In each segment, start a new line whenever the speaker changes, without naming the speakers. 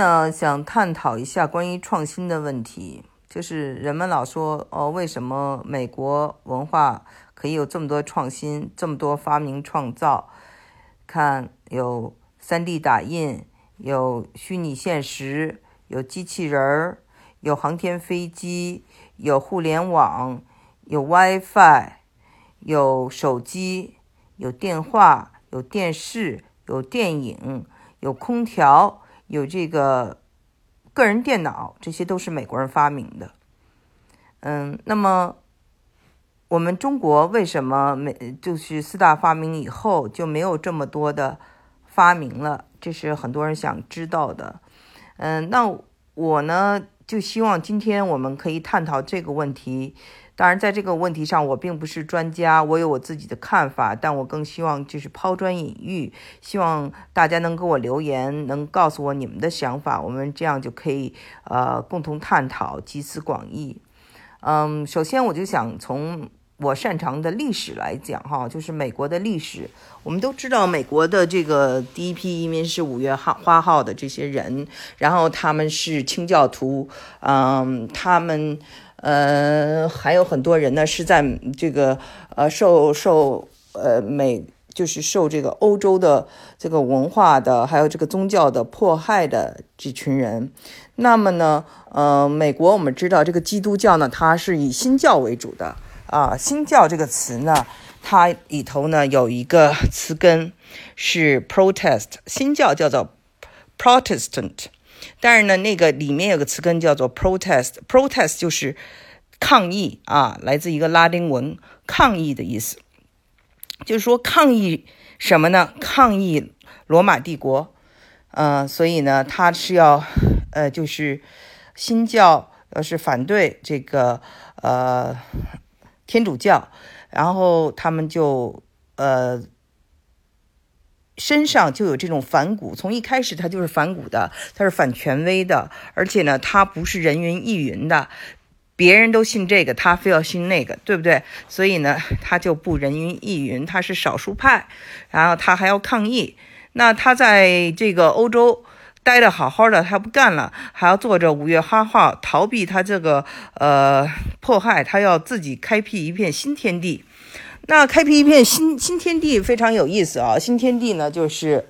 想探讨一下关于创新的问题，就是人们老说为什么美国文化可以有这么多创新，这么多发明创造？看，有 3D 打印，有虚拟现实，有机器人儿，有航天飞机，有互联网，有 WiFi，有手机，有电话，有电视，有电影，有空调，有这个个人电脑，这些都是美国人发明的。那么我们中国为什么就是4大发明以后就没有这么多的发明了？这是很多人想知道的。那我呢就希望今天我们可以探讨这个问题。当然在这个问题上我并不是专家，我有我自己的看法，但我更希望就是抛砖引玉，希望大家能给我留言，能告诉我你们的想法，我们这样就可以共同探讨，集思广益。首先我就想从我擅长的历史来讲哈，就是美国的历史。我们都知道美国的这个第一批移民是5月花号的这些人，然后他们是清教徒，他们还有很多人呢是在这个受这个欧洲的这个文化的还有这个宗教的迫害的这群人。那么呢美国我们知道这个基督教呢它是以新教为主的新教这个词呢它里头呢有一个词根是 protest， 新教叫做 Protestant， 但是呢那个里面有个词根叫做 protest 就是抗议来自一个拉丁文抗议的意思，就是说抗议什么呢？抗议罗马帝国。所以呢他是要就是新教是反对这个天主教，然后他们就身上就有这种反骨，从一开始他就是反骨的，他是反权威的，而且呢他不是人云亦云的，别人都信这个他非要信那个，对不对？所以呢他就不人云亦云，他是少数派，然后他还要抗议。那他在这个欧洲待得好好的，他不干了，还要坐着5月花号逃避他这个迫害，他要自己开辟一片新天地。那开辟一片新天地非常有意思新天地呢就是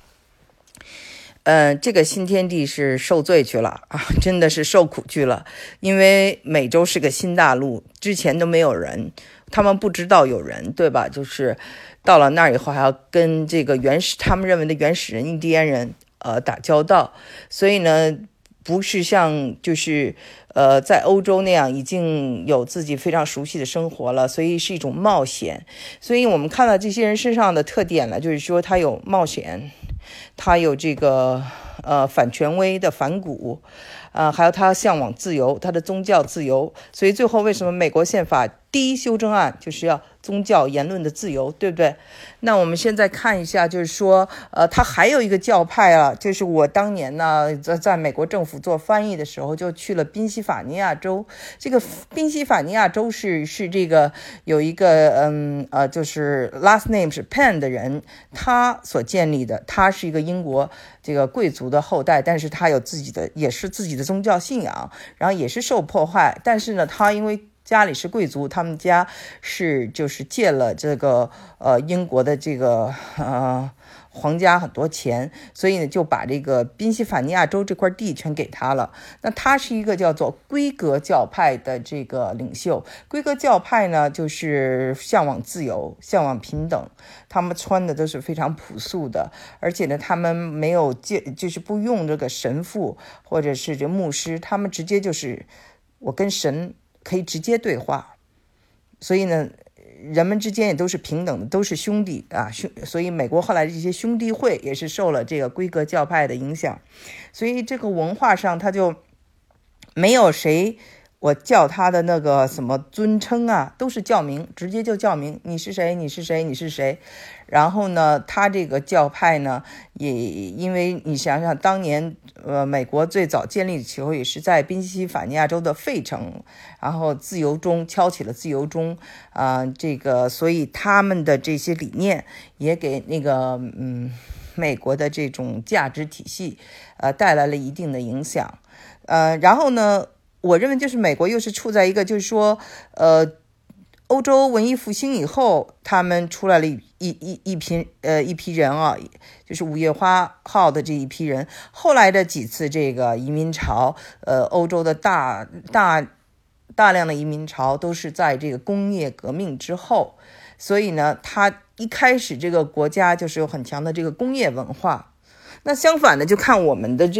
这个新天地是受罪去了真的是受苦去了，因为美洲是个新大陆，之前都没有人，他们不知道有人，对吧？就是到了那儿以后还要跟这个他们认为的原始人印第安人打交道，所以呢不是像就是在欧洲那样已经有自己非常熟悉的生活了，所以是一种冒险。所以我们看到这些人身上的特点了，就是说他有冒险，他有这个反权威的反骨，还有他向往自由，他的宗教自由。所以最后为什么美国宪法第一修正案就是要宗教言论的自由，对不对？那我们现在看一下，就是说他还有一个教派就是我当年呢在美国政府做翻译的时候就去了宾夕法尼亚州。这个宾夕法尼亚州是这个有一个就是 last name 是 Penn 的人他所建立的，他是一个英国这个贵族的后代，但是他有也是自己的宗教信仰，然后也是受迫害，但是呢他因为家里是贵族，他们家就是借了这个英国的这个皇家很多钱，所以呢就把这个宾夕法尼亚州这块地全给他了。那他是一个叫做规格教派的这个领袖。规格教派呢就是向往自由，向往平等，他们穿的都是非常朴素的，而且呢他们没有就是不用这个神父或者是这牧师，他们直接就是我跟神可以直接对话，所以呢人们之间也都是平等的，都是兄弟所以美国后来这些兄弟会也是受了这个规格教派的影响，所以这个文化上他就没有谁我叫他的那个什么尊称都是叫名，直接就叫名，你是谁你是谁你是谁。然后呢他这个教派呢也因为你想想当年美国最早建立的时候也是在宾夕法尼亚州的费城，然后自由钟敲起了自由钟这个所以他们的这些理念也给那个美国的这种价值体系带来了一定的影响。然后呢，我认为就是美国又是处在一个就是说欧洲文艺复兴以后，他们出来了一批人啊，就是五月花号的这一批人。后来的几次这个移民潮，欧洲的大量的移民潮都是在这个工业革命之后，所以呢，它一开始这个国家就是有很强的这个工业文化。那相反的，就看我们的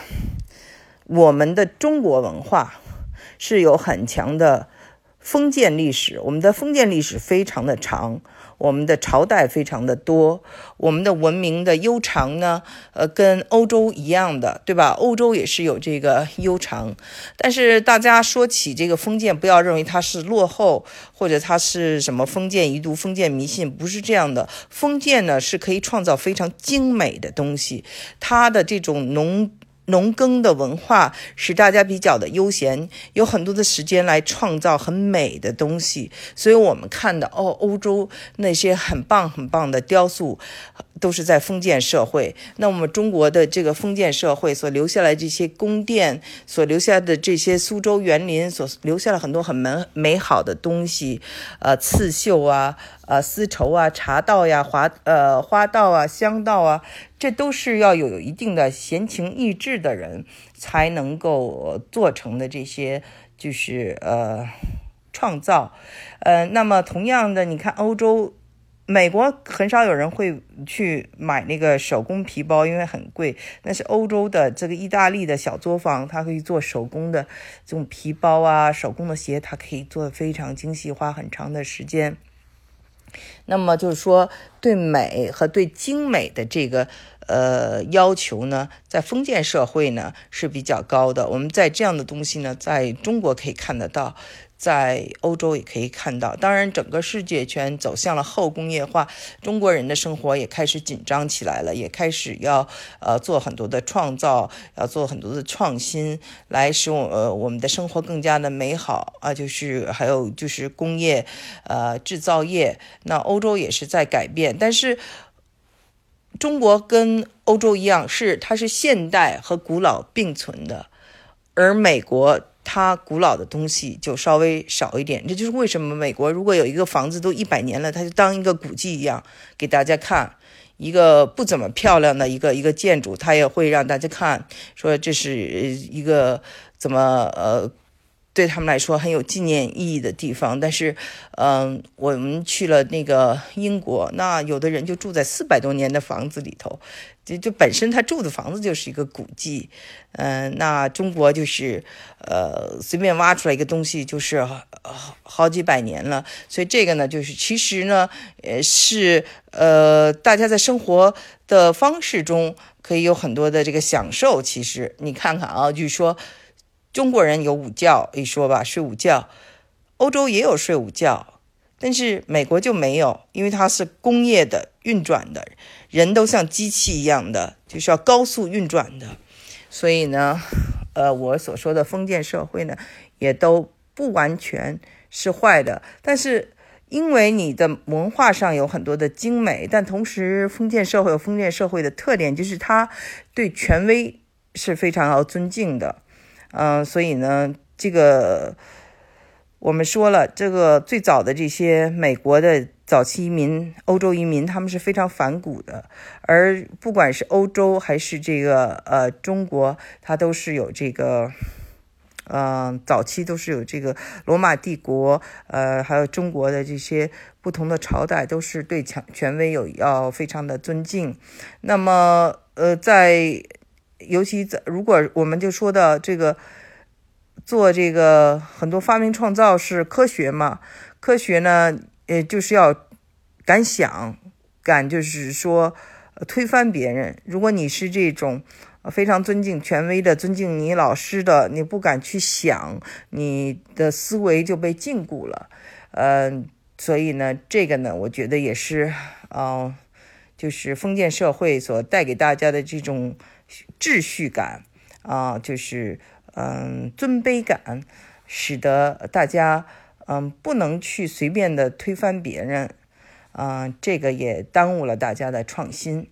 中国文化是有很强的封建历史，我们的封建历史非常的长，我们的朝代非常的多，我们的文明的悠长呢，跟欧洲一样的，对吧？欧洲也是有这个悠长，但是大家说起这个封建，不要认为它是落后，或者它是什么封建遗毒、封建迷信，不是这样的。封建呢是可以创造非常精美的东西，它的这种农耕的文化使大家比较的悠闲，有很多的时间来创造很美的东西。所以我们看到欧洲那些很棒的雕塑都是在封建社会。那我们中国的这个封建社会所留下来这些宫殿，所留下的这些苏州园林，所留下了很多很美好的东西，刺绣啊，丝绸啊，茶道呀，花道啊，香道啊，这都是要有一定的闲情逸致的人才能够做成的这些就是创造。那么同样的，你看欧洲美国很少有人会去买那个手工皮包，因为很贵。但是欧洲的这个意大利的小作坊，它可以做手工的这种皮包啊，手工的鞋，它可以做得非常精细，花很长的时间。那么就是说，对美和对精美的这个要求呢，在封建社会呢是比较高的。我们在这样的东西呢，在中国可以看得到，在欧洲也可以看到。当然，整个世界全走向了后工业化，中国人的生活也开始紧张起来了，也开始要做很多的创造，要做很多的创新，来使我们的生活更加的美好啊。就是还有就是工业制造业，那欧洲也是在改变，但是中国跟欧洲一样，它是现代和古老并存的，而美国它古老的东西就稍微少一点。这就是为什么美国如果有一个房子都100年了，它就当一个古迹一样给大家看，一个不怎么漂亮的一个建筑，它也会让大家看，说这是一个怎么对他们来说很有纪念意义的地方。但是我们去了那个英国，那有的人就住在400多年的房子里头，就本身他住的房子就是一个古迹。那中国就是随便挖出来一个东西就是好几百年了。所以这个呢，就是其实呢是大家在生活的方式中可以有很多的这个享受。其实你看看啊，就是说中国人有午觉一说吧，睡午觉，欧洲也有睡午觉，但是美国就没有，因为它是工业的运转的，人都像机器一样的，就是要高速运转的。所以呢我所说的封建社会呢也都不完全是坏的，但是因为你的文化上有很多的精美，但同时封建社会有封建社会的特点，就是它对权威是非常要尊敬的。所以呢，这个我们说了，这个最早的这些美国的早期移民、欧洲移民，他们是非常反骨的。而不管是欧洲还是这个中国，它都是有这个早期都是有这个罗马帝国，还有中国的这些不同的朝代，都是对权威要非常的尊敬。那么尤其如果我们就说到这个做这个很多发明创造是科学嘛，科学呢就是要敢想，敢就是说推翻别人。如果你是这种非常尊敬权威的，尊敬你老师的，你不敢去想，你的思维就被禁锢了。所以呢，这个呢，我觉得也是就是封建社会所带给大家的这种秩序感就是尊卑感，使得大家不能去随便的推翻别人。这个也耽误了大家的创新。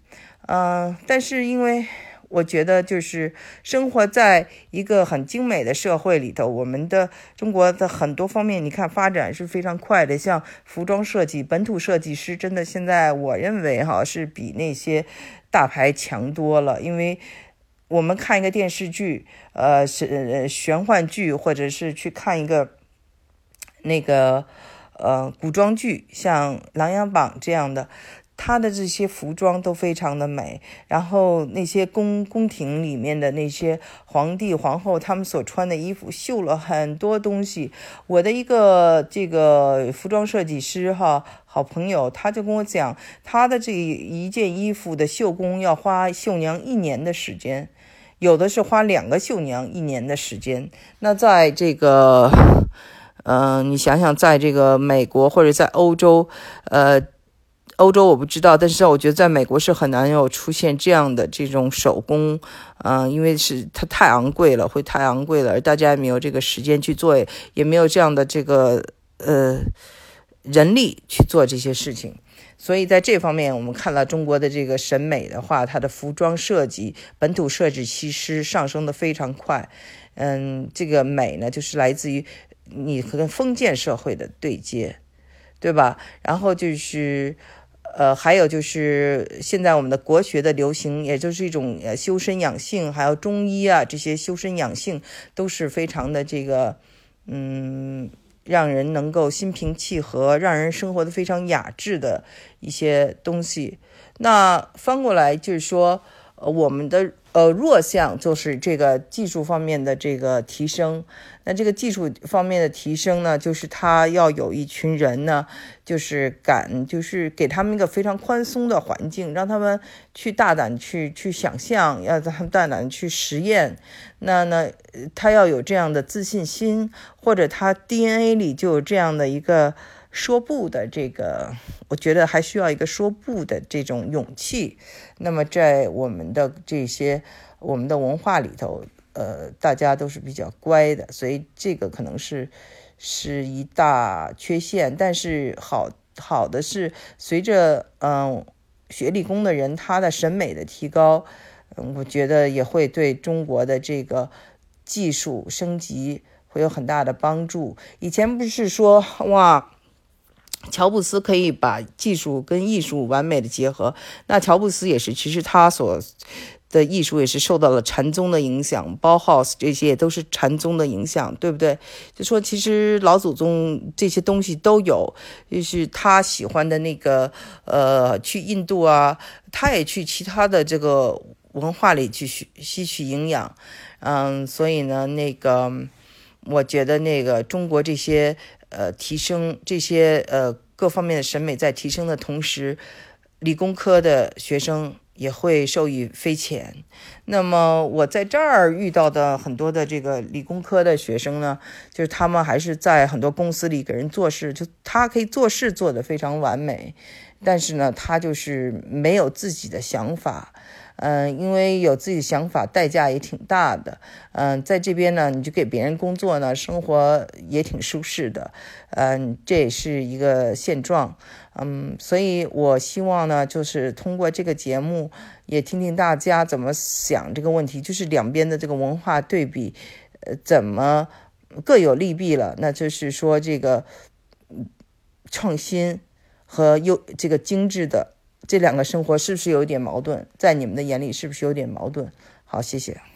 但是因为我觉得就是生活在一个很精美的社会里头，我们的中国的很多方面，你看发展是非常快的，像服装设计、本土设计师，真的现在我认为是比那些大牌强多了。因为我们看一个电视剧，是玄幻剧，或者是去看一个那个古装剧，像《琅琊榜》这样的。他的这些服装都非常的美，然后那些宫廷里面的那些皇帝皇后，他们所穿的衣服绣了很多东西。我的一个这个服装设计师好朋友，他就跟我讲，他的这一件衣服的绣工要花绣娘1年的时间，有的是花2个绣娘1年的时间。那在这个你想想，在这个美国或者在欧洲，欧洲我不知道，但是我觉得在美国是很难有出现这样的这种手工，因为它太昂贵了，而大家也没有这个时间去做，也没有这样的这个人力去做这些事情。所以在这方面，我们看到中国的这个审美的话，它的服装设计、本土设计师上升的非常快。这个美呢，就是来自于你和封建社会的对接，对吧？然后就是还有就是现在我们的国学的流行，也就是一种修身养性，还有中医这些修身养性都是非常的这个让人能够心平气和，让人生活的非常雅致的一些东西。那翻过来就是说，我们的弱项就是这个技术方面的这个提升。那这个技术方面的提升呢，就是他要有一群人呢，就是给他们一个非常宽松的环境，让他们去大胆去想象，要让他们大胆去实验。那他要有这样的自信心，或者他 DNA 里就有这样的一个说不的这个，我觉得还需要一个说不的这种勇气。那么在我们的文化里头，大家都是比较乖的，所以这个可能是一大缺陷。但是好的是，随着学理工的人他的审美的提高，我觉得也会对中国的这个技术升级会有很大的帮助。以前不是说乔布斯可以把技术跟艺术完美的结合，那乔布斯也是，其实他所的艺术也是受到了禅宗的影响，包豪斯这些也都是禅宗的影响，对不对？就说其实老祖宗这些东西都有，就是他喜欢的那个去印度他也去其他的这个文化里去吸取营养。所以呢我觉得中国这些提升这些各方面的审美在提升的同时，理工科的学生也会受益匪浅。那么我在这儿遇到的很多的这个理工科的学生呢，就是他们还是在很多公司里给人做事，就他可以做事做得非常完美，但是呢他就是没有自己的想法。因为有自己的想法代价也挺大的。在这边呢，你就给别人工作呢，生活也挺舒适的。这也是一个现状。所以我希望呢，就是通过这个节目，也听听大家怎么想这个问题，就是两边的这个文化对比，怎么各有利弊了。那就是说这个创新和这个精致的这两个生活是不是有点矛盾？在你们的眼里是不是有点矛盾？好，谢谢。